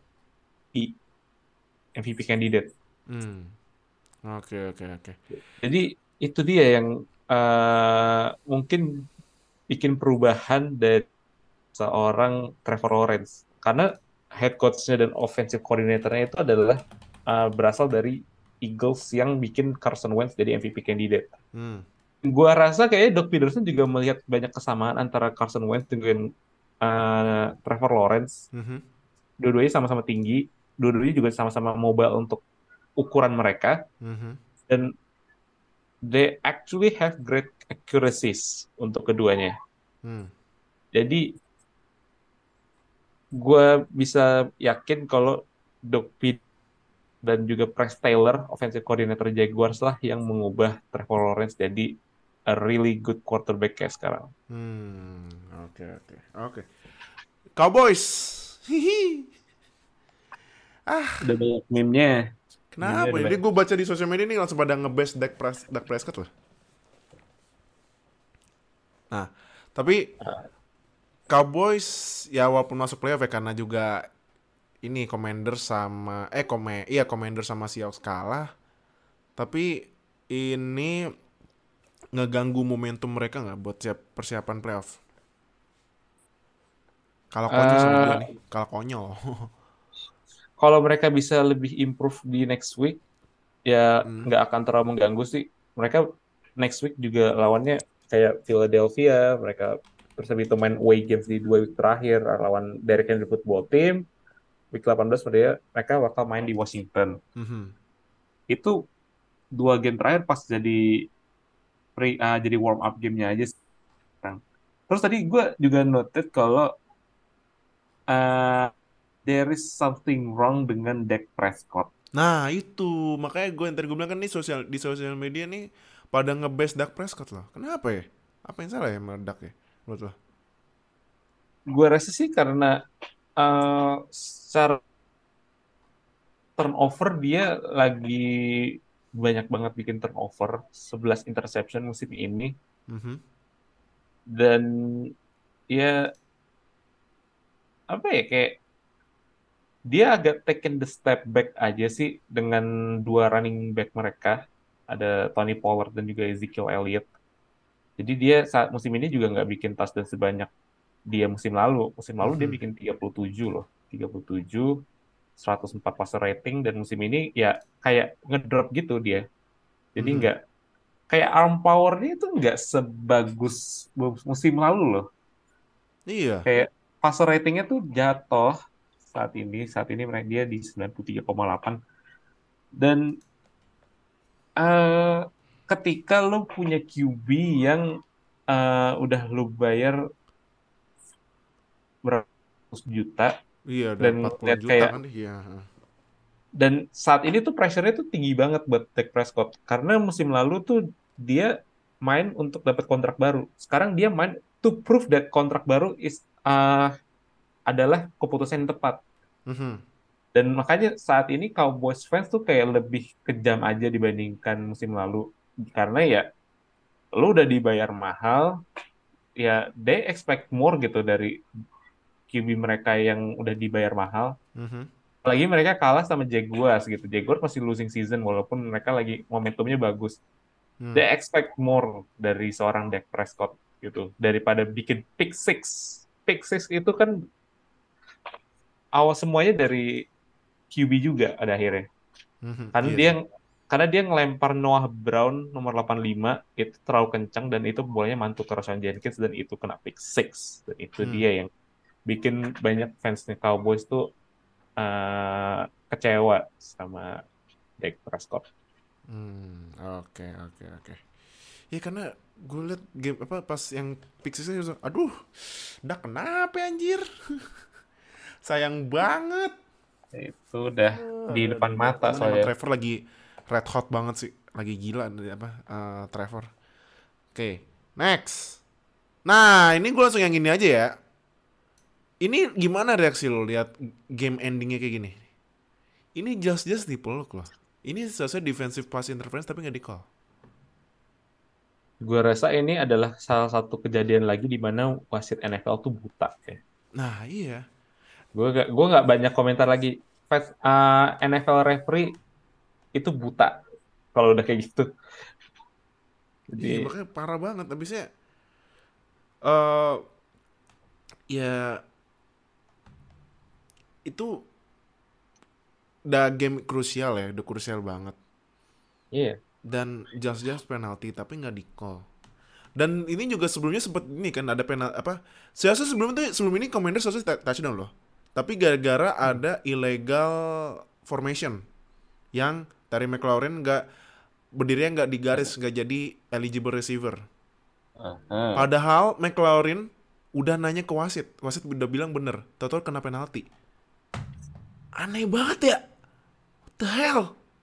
M V P candidate. Hmm. Oke, oke, oke. Jadi itu dia yang eh, mungkin bikin perubahan dari seorang Trevor Lawrence karena head coach-nya dan offensive coordinator-nya itu adalah eh, berasal dari Eagles yang bikin Carson Wentz jadi M V P candidate. Hmm. Gua rasa kayaknya Doug Peterson juga melihat banyak kesamaan antara Carson Wentz dengan eh, Trevor Lawrence. Mhm. Dua-duanya sama-sama tinggi, dua-duanya juga sama-sama mobile untuk ukuran mereka, Mhm. dan they actually have great accuracies untuk keduanya. Hmm. Jadi gue bisa yakin kalau Doug Peterson dan juga Press Taylor, offensive coordinator Jaguars lah yang mengubah Trevor Lawrence jadi a really good quarterback kayak sekarang. Hmm. Oke, oke. Oke. Cowboys. Hihi. Ah, Udah banyak meme-nya. Meme-nya kenapa udah ya? Jadi banyak. gue baca di sosial media nih langsung pada ngebest Dak, Pres Dak Prescott lah. Nah, tapi Cowboys ya walaupun masuk playoff ya karena juga ini Commander sama eh kome iya Commander sama Seahawks kalah, tapi ini ngeganggu momentum mereka nggak buat siap persiapan playoff? Kalah konyol sama gue Eh, nih, kalah konyol. Kalau mereka bisa lebih improve di next week, ya Hmm. nggak akan terlalu mengganggu sih. Mereka next week juga lawannya kayak Philadelphia, mereka terus habis itu main away games di dua week terakhir lawan Derek Henry Football Team. Week delapan belas mereka, mereka bakal main di Washington. Mhm. Itu dua game terakhir pas jadi pre, ah, jadi warm up gamenya aja sekarang. Terus tadi gue juga noted kalau ah, there is something wrong dengan Dak Prescott. Nah itu makanya gue yang tadi gue bilang kan nih sosial di sosial media nih pada nge-base Dak Prescott loh. Kenapa ya? Apa yang salah ya sama Dak ya? Menurut lo? Gue rasa sih karena eh, secara turnover dia lagi banyak banget bikin turnover, sebelas interception musim ini. Mhm. Dan ya apa ya, kayak dia agak taken the step back aja sih dengan dua running back mereka, ada Tony Pollard dan juga Ezekiel Elliott. Jadi dia saat musim ini juga nggak bikin touchdown sebanyak dia musim lalu. Musim lalu dia Mhm. bikin tiga puluh tujuh loh, tiga puluh tujuh, seratus empat passer rating, dan musim ini ya kayak ngedrop gitu dia. Jadi Mhm. nggak, kayak arm powernya itu nggak sebagus musim lalu loh. Iya. Kayak passer ratingnya tuh jatuh saat ini. Saat ini mereka dia di sembilan puluh tiga koma delapan. Dan eh, ketika lo punya Q B yang eh, udah lo bayar beratus juta Iya udah dan empat puluh lihat juta kayak, kan iya. dan saat ini tuh pressure-nya tuh tinggi banget buat Dak Prescott karena musim lalu tuh dia main untuk dapat kontrak baru. Sekarang dia main to prove that kontrak baru is uh, adalah keputusan yang tepat. Mhm. Dan makanya saat ini Cowboys fans tuh kayak lebih kejam aja dibandingkan musim lalu. Karena ya lu udah dibayar mahal, ya they expect more gitu dari Q B mereka yang udah dibayar mahal. Mhm. Apalagi mereka kalah sama Jaguars gitu. Jaguars masih losing season walaupun mereka lagi momentumnya bagus. Hmm. They expect more dari seorang Dak Prescott gitu daripada bikin pick six. Pick six itu kan awal semuanya dari Q B juga pada akhirnya. Mhm. Karena Iya dia sih. karena dia ngelempar Noah Brown nomor delapan puluh lima itu terlalu kencang dan itu bolanya mantul ke Rashawn Jenkins dan itu kena pick six, dan itu Hmm. dia yang bikin banyak fansnya Cowboys tuh eh, kecewa sama Dak Prescott. Hmm. Oke, oke, oke. Ya karena gue liat game apa pas yang Pixisnya langsung, aduh, dah kenapa ya, anjir? Sayang banget. Itu udah di Aduh, depan aduh, aduh. mata Cuman emang soalnya. Trevor lagi red hot banget sih, lagi gila dari apa eh, Trevor. Oke, next. Nah, ini gue langsung yang gini aja ya. Ini gimana reaksi lo lihat game endingnya kayak gini? Ini just-just dipeluk loh. Ini sesuai defensive pass interference tapi nggak di call. Gue rasa ini adalah salah satu kejadian lagi di mana wasit N F L tuh buta. Ya. Nah iya. Gue gak, gue nggak banyak komentar lagi. Fans, uh, N F L referee itu buta kalau udah kayak gitu. Iya Jadi makanya parah banget. Habisnya eh ya itu udah game krusial ya, udah krusial banget. iya, Dan just-just penalti tapi nggak di call. Dan ini juga sebelumnya sempat ini kan ada penal apa? Saya rasa sebelum itu sebelum ini Commanders harusnya touchdown loh. Tapi gara-gara hmm. ada illegal formation yang Terry McLaurin nggak berdirinya nggak di garis, nggak jadi eligible receiver. Aha. Padahal McLaurin udah nanya ke wasit, wasit udah bilang bener, total kena penalti. Aneh banget ya, what the hell?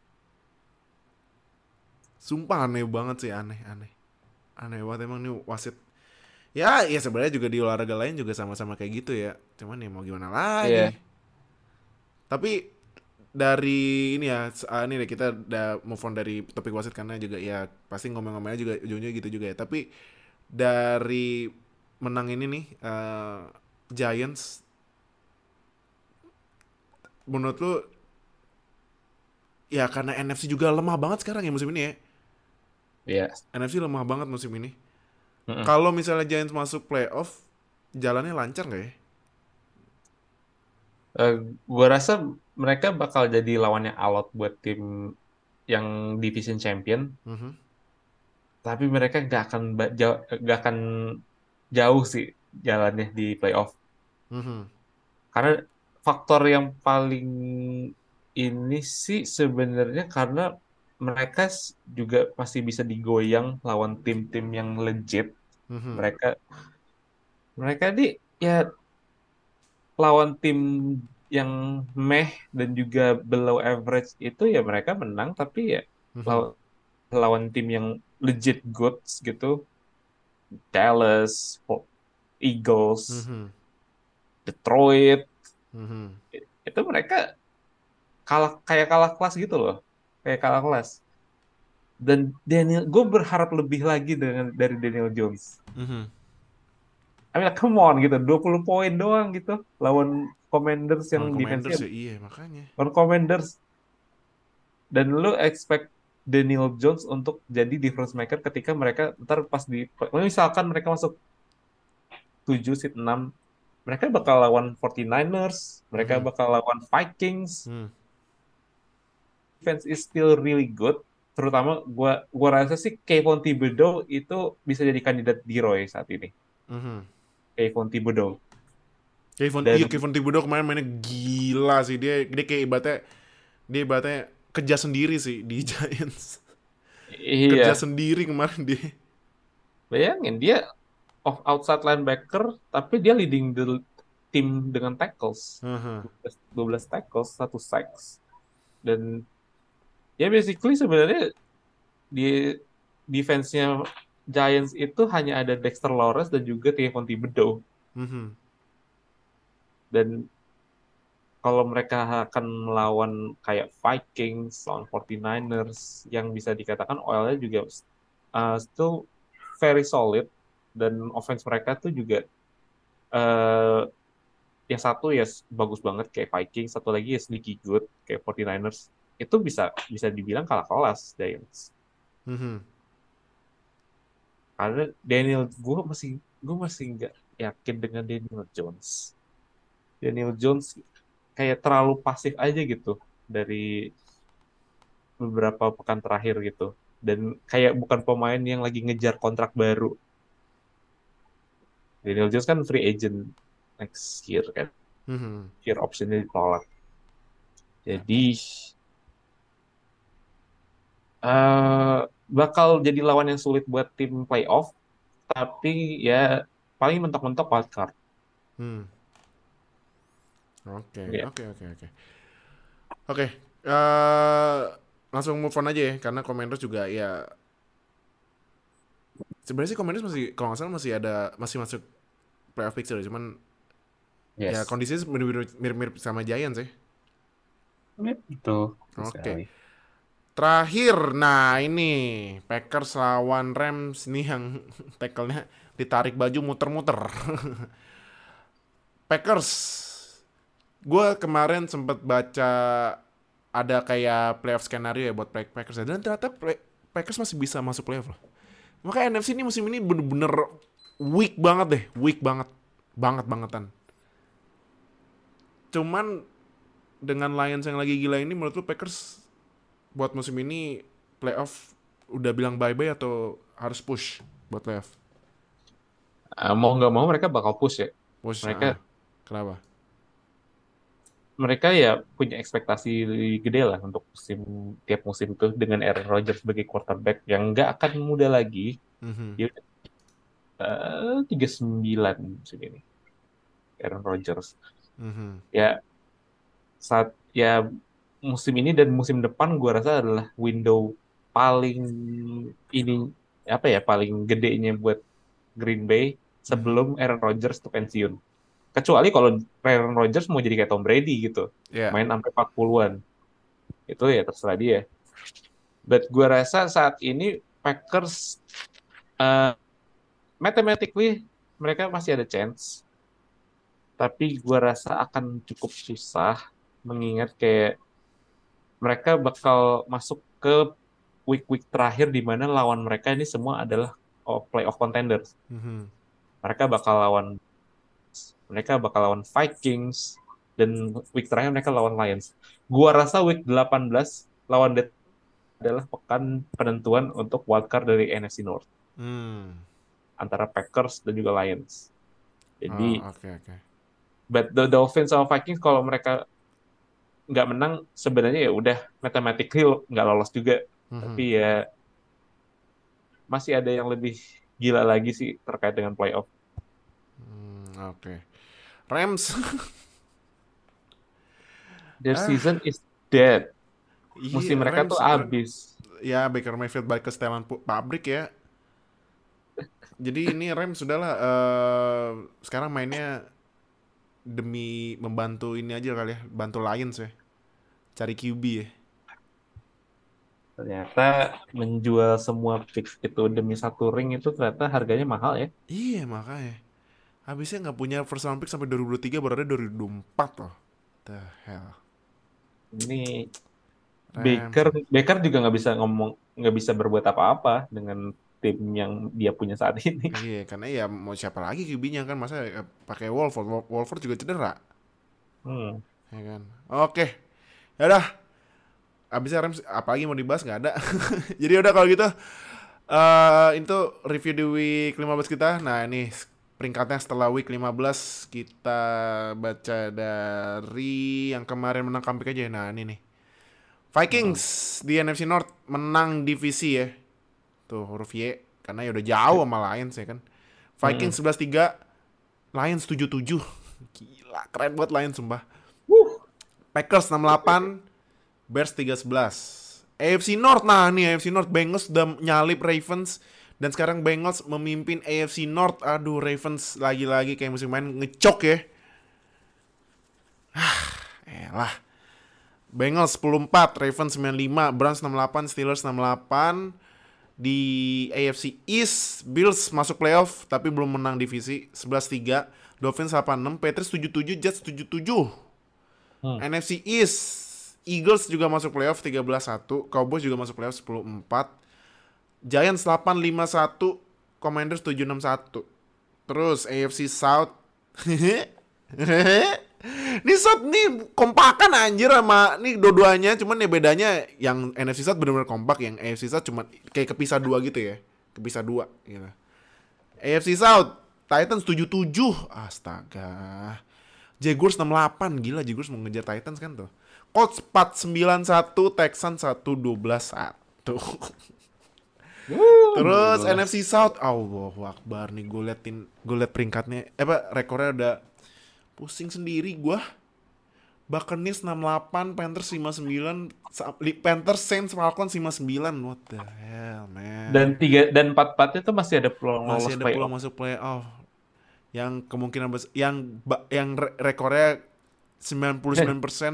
Sumpah aneh banget sih, aneh, aneh, aneh banget emang nih wasit. Ya, ya sebenarnya juga di olahraga lain juga sama-sama kayak gitu ya. Cuman ya mau gimana lagi. Iya, Tapi dari ini ya, uh, ini deh kita udah move on dari topik wasit karena juga ya pasti ngomong-ngomongnya juga ujungnya gitu juga ya. Tapi dari menang ini nih uh, Giants, menurut lu ya karena N F C juga lemah banget sekarang ya musim ini ya. iya. N F C lemah banget musim ini. Mm-mm. Kalau misalnya Giants masuk playoff, jalannya lancar nggak ya? Eh, gua rasa mereka bakal jadi lawannya alot buat tim yang division champion, Mhm. tapi mereka nggak akan ba- jauh, nggak akan jauh sih jalannya di playoff. Mhm. Karena faktor yang paling ini sih sebenarnya karena mereka s- juga masih bisa digoyang lawan tim-tim yang legit. Mhm. Mereka mereka di ya lawan tim yang meh dan juga below average itu ya mereka menang, tapi ya Mhm. lawan lawan tim yang legit goods gitu, Dallas, Eagles, Mhm. Detroit, Mhm. itu mereka kalah kayak kalah kelas gitu loh, kayak kalah kelas. Dan Daniel, gue berharap lebih lagi dengan dari Daniel Jones. Mhm. I mean, come on gitu, dua puluh poin doang gitu lawan Commanders yang Lawan defense-nya Commanders ya iya makanya. lawan Commanders, dan lu expect Daniel Jones untuk jadi difference maker ketika mereka ntar pas di misalkan mereka masuk tujuh seed enam, mereka bakal lawan forty niners, mereka Mhm. bakal lawan Vikings. Mhm. Defense is still really good. Terutama gua gua rasa sih Kayvon Thibodeau itu bisa jadi kandidat D. Roy saat ini. Mhm. Kayvon Thibodeau. Kevin, iya Dan Kevin Thibodeau kemarin mainnya gila sih dia dia kayak ibaratnya dia ibaratnya kerja sendiri sih di Giants. Kerja iya, sendiri kemarin dia. bayangin dia off outside linebacker tapi dia leading the team dengan tackles. Heeh. dua belas dua belas tackles, satu sacks. Dan ya basically sebenarnya di defense-nya Giants itu hanya ada Dexter Lawrence dan juga Kayvon Thibodeau. Mhm. Dan kalau mereka akan melawan kayak Vikings, lawan forty niners yang bisa dikatakan oilnya juga uh, still very solid, dan offense mereka tuh juga uh, yang satu ya bagus banget kayak Vikings, satu lagi ya sneaky good kayak forty niners. Itu bisa bisa dibilang kalah kelas Giants. Mhm. Karena Daniel, gue masih gue masih nggak yakin dengan Daniel Jones. Daniel Jones kayak terlalu pasif aja gitu dari beberapa pekan terakhir gitu. Dan kayak bukan pemain yang lagi ngejar kontrak baru. Daniel Jones kan free agent next year kan. Mhm. Year optionnya ditolak. Jadi eh bakal jadi lawan yang sulit buat tim playoff. Tapi ya paling mentok-mentok wildcard. Hmm. Oke, Ya. oke, oke, oke. Oke, eh langsung move on aja ya karena Commanders juga ya sebenarnya sih Commanders masih kalau nggak salah masih ada masih masuk playoff picture cuman ya Yes. kondisinya mirip-mirip mirip-mirip sama Giants ya. Yep, itu. Betul Oke. sekali. Terakhir, nah ini Packers lawan Rams nih yang tackle-nya ditarik baju muter-muter. Packers, gue kemarin sempet baca ada kayak playoff skenario ya buat Packers dan ternyata Packers masih bisa masuk playoff loh. Makanya N F C ini musim ini bener-bener weak banget deh, weak banget, banget bangetan. Cuman dengan Lions yang lagi gila ini menurut lu Packers buat musim ini playoff udah bilang bye-bye atau harus push buat playoff? Eh, mau nggak mau mereka bakal push ya. Push, Mereka ah. Kenapa? mereka ya punya ekspektasi gede lah untuk musim tiap musim tuh dengan Aaron Rodgers sebagai quarterback yang nggak akan muda lagi. Mhm. Dia uh, tiga puluh sembilan musim ini, Aaron Rodgers. Mhm. Ya saat ya musim ini dan musim depan gua rasa adalah window paling ini apa ya paling gedenya buat Green Bay Mhm. sebelum Aaron Rodgers tuh pensiun. Kecuali kalau Aaron Rodgers mau jadi kayak Tom Brady gitu, Ya. main sampai empat puluhan-an. Itu ya terserah dia. But gue rasa saat ini Packers uh, mathematically mereka masih ada chance, tapi gue rasa akan cukup susah mengingat kayak mereka bakal masuk ke week-week terakhir di mana lawan mereka ini semua adalah oh, playoff contenders. Mhm. Mereka bakal lawan mereka bakal lawan Vikings, dan week terakhir mereka lawan Lions. Gua rasa week delapan belas lawan Detroit adalah pekan penentuan untuk wildcard dari N F C North Hmm. antara Packers dan juga Lions. Oh, Jadi, oke oke. but the Dolphins sama Vikings kalau mereka nggak menang sebenarnya ya udah mathematically nggak lolos juga. Mhm. Tapi ya masih ada yang lebih gila lagi sih terkait dengan playoff. Hmm, oke. Rams. Their Ah, season is dead. Musim iya mereka tuh Rams Rams. habis. Ya Baker Mayfield balik ke setelan pu- pabrik ya. Jadi ini Rams sudahlah eh sekarang mainnya demi membantu ini aja kali ya, bantu Lions ya. Cari Q B ya. Ternyata menjual semua pick itu demi satu ring itu ternyata harganya mahal ya. Iya makanya. Habisnya nggak punya first round pick sampai dua ribu dua puluh tiga, baru ada dua ribu dua puluh empat loh. The hell. Ini Rams Baker ya. Baker juga nggak bisa ngomong nggak bisa berbuat apa-apa dengan tim yang dia punya saat ini. Iya, karena ya mau siapa lagi Q B-nya kan, masa eh, pakai Wolford. Wol- Wolford juga cedera, Hmm. ya kan. Oke. Ya udah, abisnya Rams apalagi mau dibahas nggak ada. Jadi udah kalau gitu eh itu review di week lima belas kita. Nah, ini peringkatnya setelah week lima belas kita baca dari yang kemarin menang comeback aja. Nah, ini nih. Hmm. Vikings di N F C North menang divisi ya. Tuh huruf Y karena ya udah jauh sama Lions ya kan. Vikings Hmm. sebelas tiga, Lions tujuh tujuh. Gila, keren buat Lions sumpah. Wuh. Packers enam delapan, Bears tiga sebelas. A F C North, nah nih A F C North, Bengals udah nyalip Ravens dan sekarang Bengals memimpin A F C North. Aduh, Ravens lagi-lagi kayak musim main ngecok ya. Elah. Bengals sepuluh empat, Ravens sembilan lima, Browns enam delapan, Steelers enam delapan. Di A F C East, Bills masuk playoff tapi belum menang divisi sebelas tiga, Dolphins delapan enam, Patriots tujuh tujuh, Jets tujuh tujuh. Hmm. N F C East, Eagles juga masuk playoff tiga belas satu, Cowboys juga masuk playoff sepuluh empat, Giants delapan lima satu, Commanders tujuh enam satu. Terus A F C South. Nih South nih kompakan anjir sama nih dua-duanya, cuman ya bedanya yang N F C South benar-benar kompak, yang A F C South cuma kayak kepisah dua gitu ya. Kepisah dua gitu. A F C South, Titans tujuh tujuh. Astaga. Jaguars enam delapan, gila Jaguars mau ngejar Titans kan tuh. Colts empat sembilan satu, Texans satu dua belas satu. Wuh, Terus gila. N F C South, Allahu Akbar nih, gue liatin, gue liat peringkatnya, eh apa rekornya udah pusing sendiri gue. Buccaneers enam delapan, Panthers lima sembilan, Sa- Li- Panthers, Saints, Falcons lima sembilan. What the hell, Dan man? tiga dan empat empatnya tuh masih ada peluang Masih lolos ada peluang playoff. masuk playoff. Yang kemungkinan bes- yang ba- yang re- rekornya sembilan puluh sembilan persen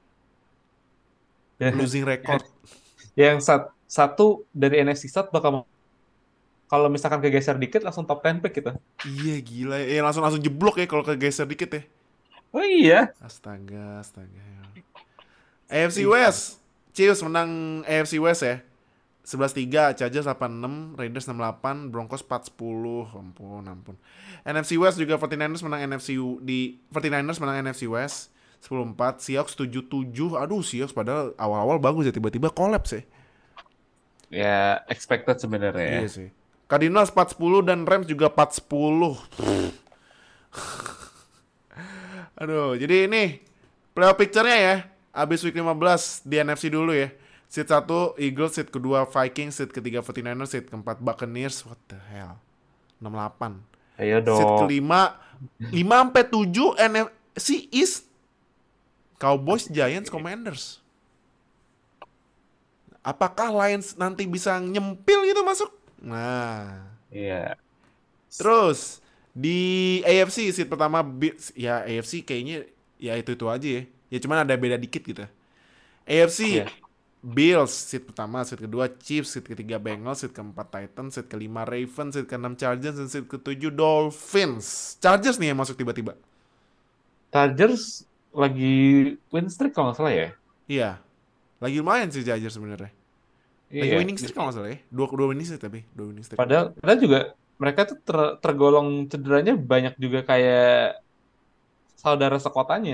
losing record. Yang sat- satu dari N F C South bakal kalau misalkan kegeser dikit langsung top sepuluh pick gitu. Iya gila, ya langsung langsung jeblok ya kalau kegeser dikit ya. Oh iya. Astaga, astaga. A F C West, Chiefs menang A F C West ya. sebelas tiga, Chargers delapan enam, Raiders enam delapan, Broncos empat sepuluh. Ampun, ampun. N F C West juga empat puluh sembilan ers menang N F C U- di empat puluh sembilan ers menang N F C West sepuluh empat, Seahawks tujuh tujuh. Aduh, Seahawks padahal awal-awal bagus ya, tiba-tiba collapse ya. Ya expected sebenarnya ya. Iya sih. Cardinals empat sepuluh dan Rams juga empat sepuluh. Aduh, jadi ini playoff picture-nya ya. Abis week lima belas di N F C dulu ya. Seat satu Eagles, seat kedua Vikings, seat ketiga empat puluh sembilan ers, seat keempat Buccaneers. What the hell? enam delapan. Ayo Seat dong. kelima lima sampai tujuh N F C East. Cowboys, Giants, Commanders. Apakah Lions nanti bisa nyempil gitu masuk? Nah, Iya. terus di A F C seat pertama Bi- ya A F C kayaknya ya itu-itu aja ya. Ya cuman ada beda dikit gitu. A F C Iya. Bills seat pertama, seat kedua Chiefs, seat ketiga Bengals, seat keempat Titans, seat kelima Ravens, seat keenam Chargers, dan seat ketujuh Dolphins. Chargers nih yang masuk tiba-tiba. Chargers lagi win streak kalau nggak salah ya. Iya. Lagi lumayan sih Chargers sebenarnya. Lagi Iya. winning streak kalau nggak salah ya. Dua, dua winning streak tapi. Dua winning streak. Padahal, padahal juga mereka tuh ter- tergolong cederanya banyak juga kayak saudara sekotanya.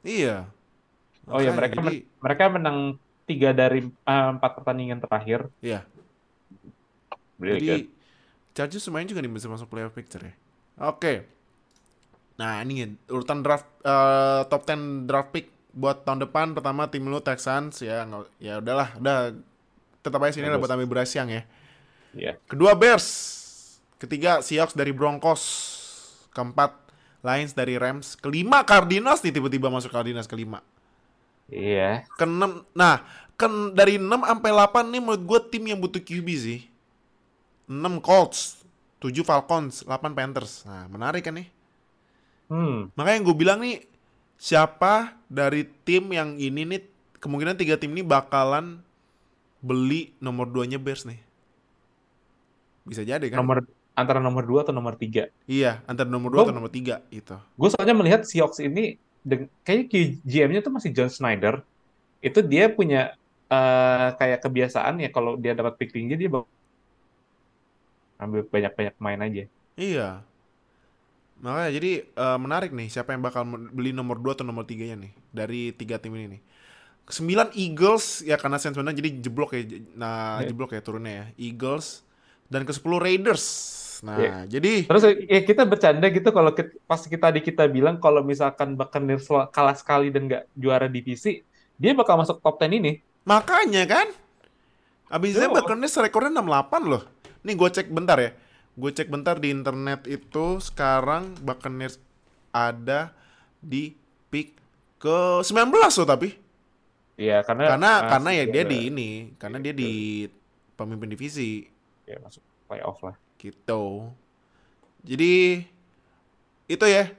Iya. Oh ya, Makanya, mereka jadi, men- mereka menang tiga dari eh, empat pertandingan terakhir. iya. Really Jadi good. Chargers lumayan juga nih bisa masuk playoff picture ya. Oke. Nah ini ya, urutan draft eh, top sepuluh draft pick buat tahun depan. Pertama tim lu Texans ya, nggak- ya udahlah, udah tetap aja sini lah buat Bagus. ambil beras siang ya. Iya. Kedua Bears, ketiga Seahawks dari Broncos, keempat Lions dari Rams, kelima Cardinals nih tiba-tiba masuk Cardinals kelima. Iya. Keenam, nah ken dari enam sampai delapan nih menurut gue tim yang butuh Q B sih. enam Colts, tujuh Falcons, delapan Panthers. Nah, menarik kan nih? Hmm. Makanya gue bilang nih, siapa dari tim yang ini nih, kemungkinan tiga tim ini bakalan beli nomor dua-nya Bears nih. Bisa jadi kan? Nomor antara nomor dua atau nomor tiga. Iya, antara nomor dua atau nomor tiga itu. Gue soalnya melihat Seahawks ini, deng- kayaknya G M-nya tuh masih John Schneider. Itu dia punya eh, kayak kebiasaan ya kalau dia dapat pick tinggi dia bakal ambil banyak-banyak main aja. Iya. Makanya jadi eh, menarik nih siapa yang bakal beli nomor dua atau nomor tiga-nya nih dari tiga tim ini nih. Kesembilan Eagles ya karena Saints menang jadi jeblok ya. Nah, Iya. jeblok ya turunnya ya. Eagles dan ke sepuluh Raiders. Nah, Iya. jadi Terus ya kita bercanda gitu kalau kit- pas kita di kita bilang kalau misalkan Buccaneers kalah sekali dan nggak juara divisi, dia bakal masuk top sepuluh ini. makanya kan abisnya Tuh. Buccaneers rekornya enam delapan loh. Nih gue cek bentar ya. Gue cek bentar di internet itu sekarang Buccaneers ada di pick ke sembilan belas loh tapi. Iya, karena Karena eh, karena ya dia ada- di ini, karena dia di pemimpin divisi ya masuk playoff lah. gitu. Jadi itu ya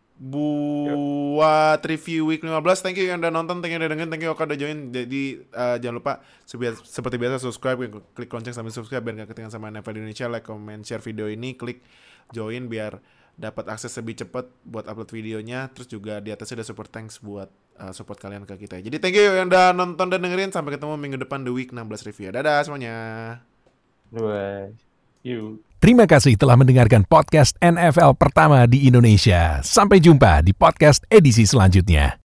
buat review week lima belas. Thank you yang udah nonton, thank you yang udah dengerin, thank you Oka udah join. Jadi uh, jangan lupa sebi- seperti biasa subscribe, klik lonceng sambil subscribe biar gak ketinggalan sama N F L Indonesia. Like, comment, share video ini, klik join biar dapat akses lebih cepat buat upload videonya. Terus juga di atasnya ada super thanks buat uh, support kalian ke kita. Jadi thank you yang udah nonton dan dengerin. Sampai ketemu minggu depan the week enam belas review. Dadah semuanya. Bye. You. Terima kasih telah mendengarkan podcast N F L pertama di Indonesia. Sampai jumpa di podcast edisi selanjutnya.